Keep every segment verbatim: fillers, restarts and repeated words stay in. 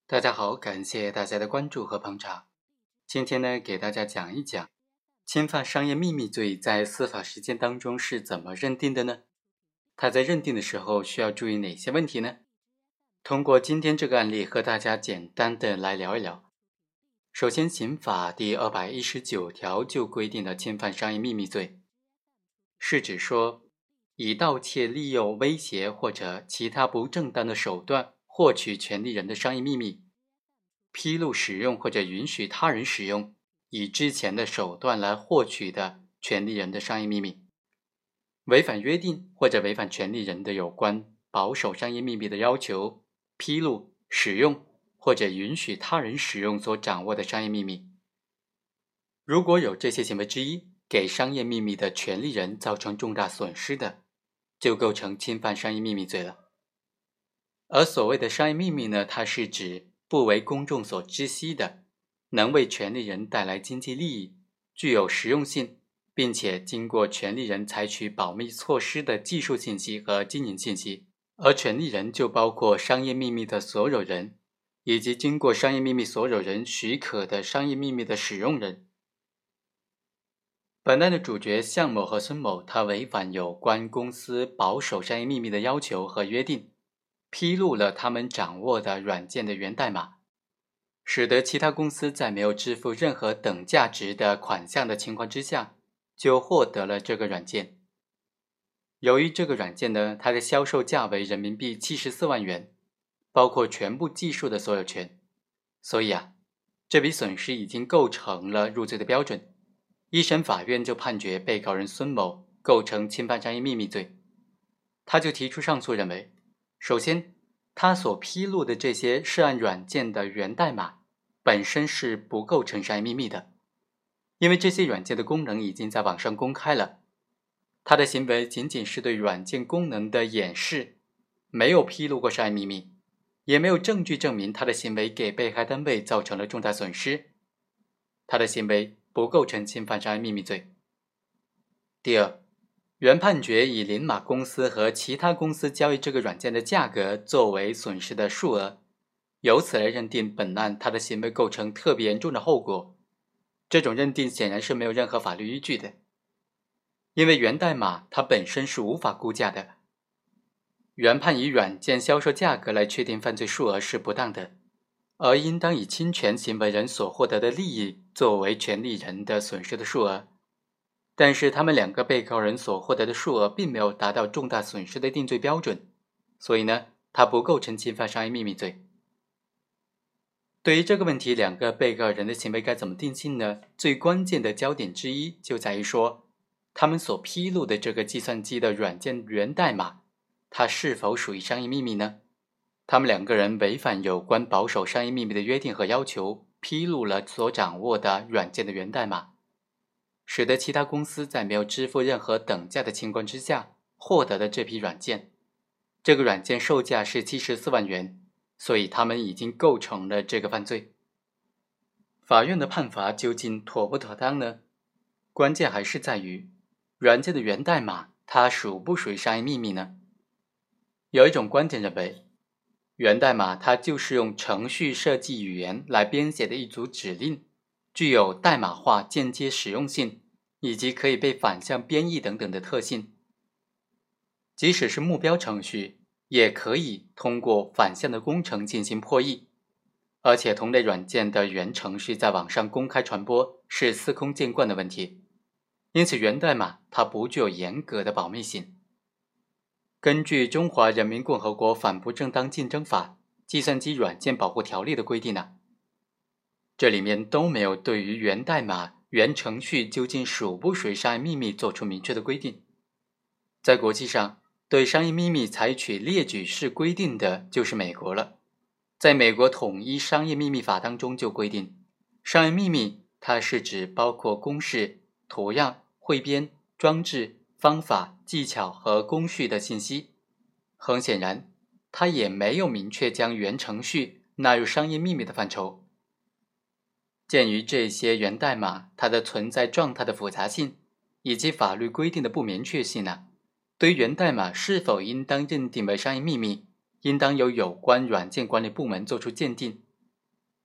大家好，感谢大家的关注和捧场。今天呢，给大家讲一讲侵犯商业秘密罪在司法实践当中是怎么认定的呢？他在认定的时候需要注意哪些问题呢？通过今天这个案例和大家简单的来聊一聊。首先，刑法第二百一十九条就规定了侵犯商业秘密罪，是指说以盗窃、利诱、威胁或者其他不正当的手段获取权利人的商业秘密，披露、使用或者允许他人使用以之前的手段来获取的权利人的商业秘密，违反约定或者违反权利人的有关保守商业秘密的要求，披露、使用或者允许他人使用所掌握的商业秘密。如果有这些行为之一给商业秘密的权利人造成重大损失的，就构成侵犯商业秘密罪了。而所谓的商业秘密呢，它是指不为公众所知悉的，能为权利人带来经济利益，具有实用性，并且经过权利人采取保密措施的技术信息和经营信息。而权利人就包括商业秘密的所有人，以及经过商业秘密所有人许可的商业秘密的使用人。本案的主角向某和孙某，他违反有关公司保守商业秘密的要求和约定，披露了他们掌握的软件的源代码，使得其他公司在没有支付任何等价值的款项的情况之下，就获得了这个软件。由于这个软件呢，它的销售价为人民币七十四万元，包括全部技术的所有权，所以啊，这笔损失已经构成了入罪的标准。一审法院就判决被告人孙某构成侵犯商业秘密罪，他就提出上诉，认为首先，他所披露的这些涉案软件的源代码本身是不构成商业秘密的，因为这些软件的功能已经在网上公开了，他的行为仅仅是对软件功能的掩饰，没有披露过商业秘密，也没有证据证明他的行为给被害单位造成了重大损失，他的行为不构成侵犯商业秘密罪。第二，原判决以林马公司和其他公司交易这个软件的价格作为损失的数额，由此来认定本案他的行为构成特别严重的后果。这种认定显然是没有任何法律依据的，因为源代码它本身是无法估价的。原判以软件销售价格来确定犯罪数额是不当的，而应当以侵权行为人所获得的利益作为权利人的损失的数额。但是他们两个被告人所获得的数额并没有达到重大损失的定罪标准，所以呢，它不构成侵犯商业秘密罪。对于这个问题，两个被告人的行为该怎么定性呢？最关键的焦点之一就在于说，他们所披露的这个计算机的软件源代码，它是否属于商业秘密呢？他们两个人违反有关保守商业秘密的约定和要求，披露了所掌握的软件的源代码，使得其他公司在没有支付任何等价的情况之下获得了这批软件。这个软件售价是七十四万元，所以他们已经构成了这个犯罪。法院的判罚究竟妥不妥当呢？关键还是在于软件的源代码它属不属于商业秘密呢？有一种观点认为，源代码它就是用程序设计语言来编写的一组指令，具有代码化间接实用性，以及可以被反向编译等等的特性。即使是目标程序，也可以通过反向的工程进行破译。而且同类软件的原程序在网上公开传播是司空见惯的问题，因此源代码它不具有严格的保密性。根据《中华人民共和国反不正当竞争法》计算机软件保护条例的规定呢，这里面都没有对于源代码、原程序究竟属不属于商业秘密做出明确的规定。在国际上，对商业秘密采取列举式规定的就是美国了。在美国统一商业秘密法当中就规定，商业秘密它是指包括公式、图样、汇编、装置、方法、技巧和工序的信息。很显然，它也没有明确将原程序纳入商业秘密的范畴。鉴于这些源代码它的存在状态的复杂性以及法律规定的不明确性呢，对于源代码是否应当认定为商业秘密，应当由有关软件管理部门作出鉴定。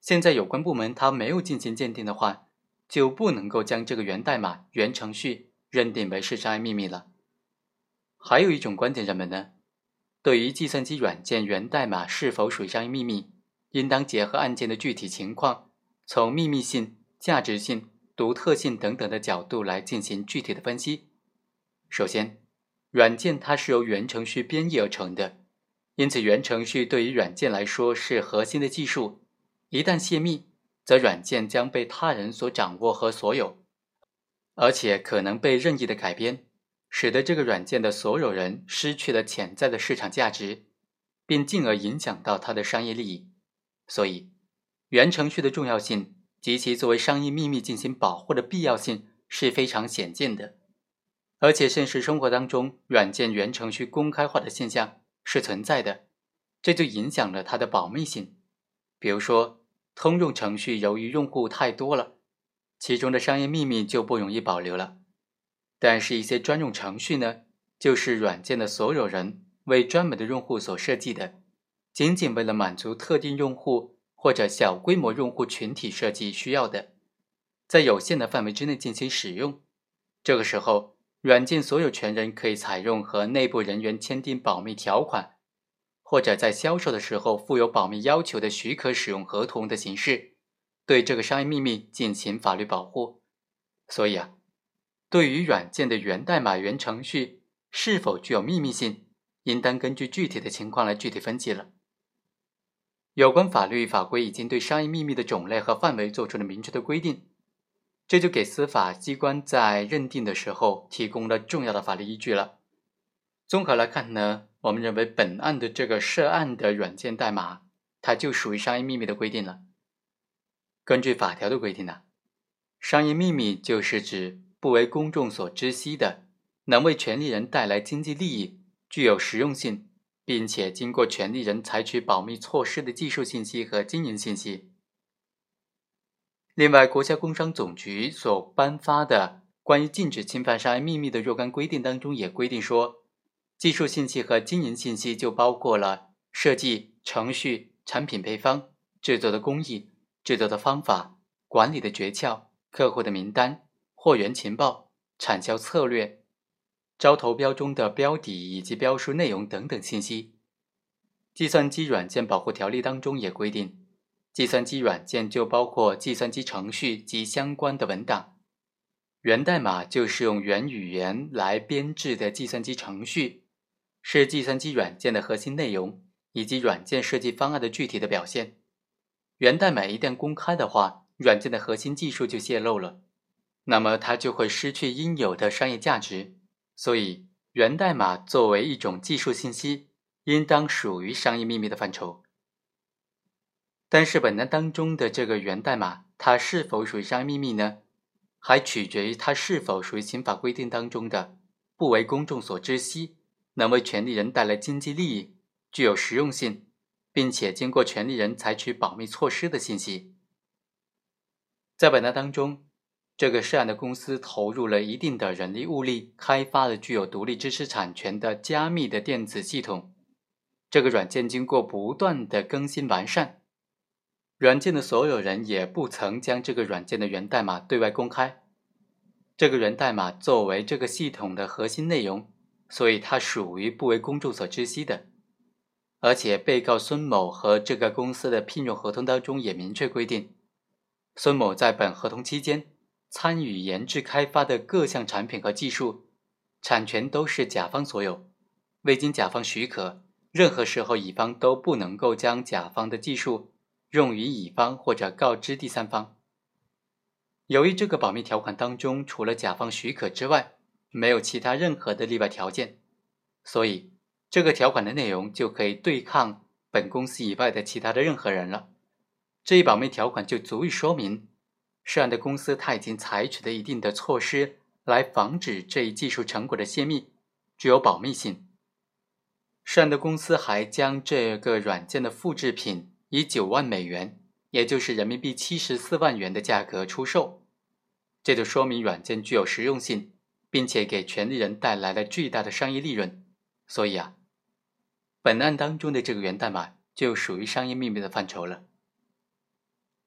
现在有关部门它没有进行鉴定的话，就不能够将这个源代码、源程序认定为是商业秘密了。还有一种观点认为呢，对于计算机软件源代码是否属于商业秘密，应当结合案件的具体情况，从秘密性、价值性、独特性等等的角度来进行具体的分析。首先，软件它是由源程序编译而成的，因此源程序对于软件来说是核心的技术，一旦泄密，则软件将被他人所掌握和所有，而且可能被任意的改编，使得这个软件的所有人失去了潜在的市场价值，并进而影响到它的商业利益。所以，源程序的重要性及其作为商业秘密进行保护的必要性是非常显见的。而且现实生活当中，软件源程序公开化的现象是存在的，这就影响了它的保密性。比如说，通用程序由于用户太多了，其中的商业秘密就不容易保留了。但是一些专用程序呢，就是软件的所有人为专门的用户所设计的，仅仅为了满足特定用户或者小规模用户群体设计需要的，在有限的范围之内进行使用。这个时候，软件所有权人可以采用和内部人员签订保密条款，或者在销售的时候附有保密要求的许可使用合同的形式，对这个商业秘密进行法律保护。所以啊，对于软件的源代码、源程序是否具有秘密性，应当根据具体的情况来具体分析了。有关法律法规已经对商业秘密的种类和范围做出了明确的规定，这就给司法机关在认定的时候提供了重要的法律依据了。综合来看呢，我们认为本案的这个涉案的软件代码，它就属于商业秘密的规定了。根据法条的规定呢，商业秘密就是指不为公众所知悉的，能为权利人带来经济利益，具有实用性，并且经过权利人采取保密措施的技术信息和经营信息。另外，国家工商总局所颁发的关于禁止侵犯商业秘密的若干规定当中也规定说，技术信息和经营信息就包括了设计、程序、产品配方、制作的工艺、制作的方法、管理的诀窍、客户的名单、货源情报、产销策略、招投标中的标底以及标书内容等等信息。计算机软件保护条例当中也规定，计算机软件就包括计算机程序及相关的文档，源代码就是用源语言来编制的计算机程序，是计算机软件的核心内容以及软件设计方案的具体的表现。源代码一旦公开的话，软件的核心技术就泄露了，那么它就会失去应有的商业价值。所以，源代码作为一种技术信息，应当属于商业秘密的范畴。但是本案当中的这个源代码，它是否属于商业秘密呢？还取决于它是否属于刑法规定当中的不为公众所知悉，能为权利人带来经济利益，具有实用性，并且经过权利人采取保密措施的信息。在本案当中，这个涉案的公司投入了一定的人力物力，开发了具有独立知识产权的加密的电子系统。这个软件经过不断的更新完善，软件的所有人也不曾将这个软件的源代码对外公开。这个源代码作为这个系统的核心内容，所以它属于不为公众所知悉的。而且被告孙某和这个公司的聘用合同当中也明确规定，孙某在本合同期间参与研制开发的各项产品和技术，产权都是甲方所有，未经甲方许可，任何时候乙方都不能够将甲方的技术用于乙方或者告知第三方。由于这个保密条款当中除了甲方许可之外，没有其他任何的例外条件，所以这个条款的内容就可以对抗本公司以外的其他的任何人了。这一保密条款就足以说明，涉案的公司它已经采取了一定的措施来防止这一技术成果的泄密，具有保密性。涉案的公司还将这个软件的复制品以九万美元，也就是人民币七十四万元的价格出售，这就说明软件具有实用性，并且给权利人带来了巨大的商业利润。所以啊，本案当中的这个源代码就属于商业秘密的范畴了。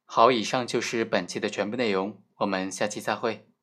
好，以上就是本期的全部内容，我们下期再会。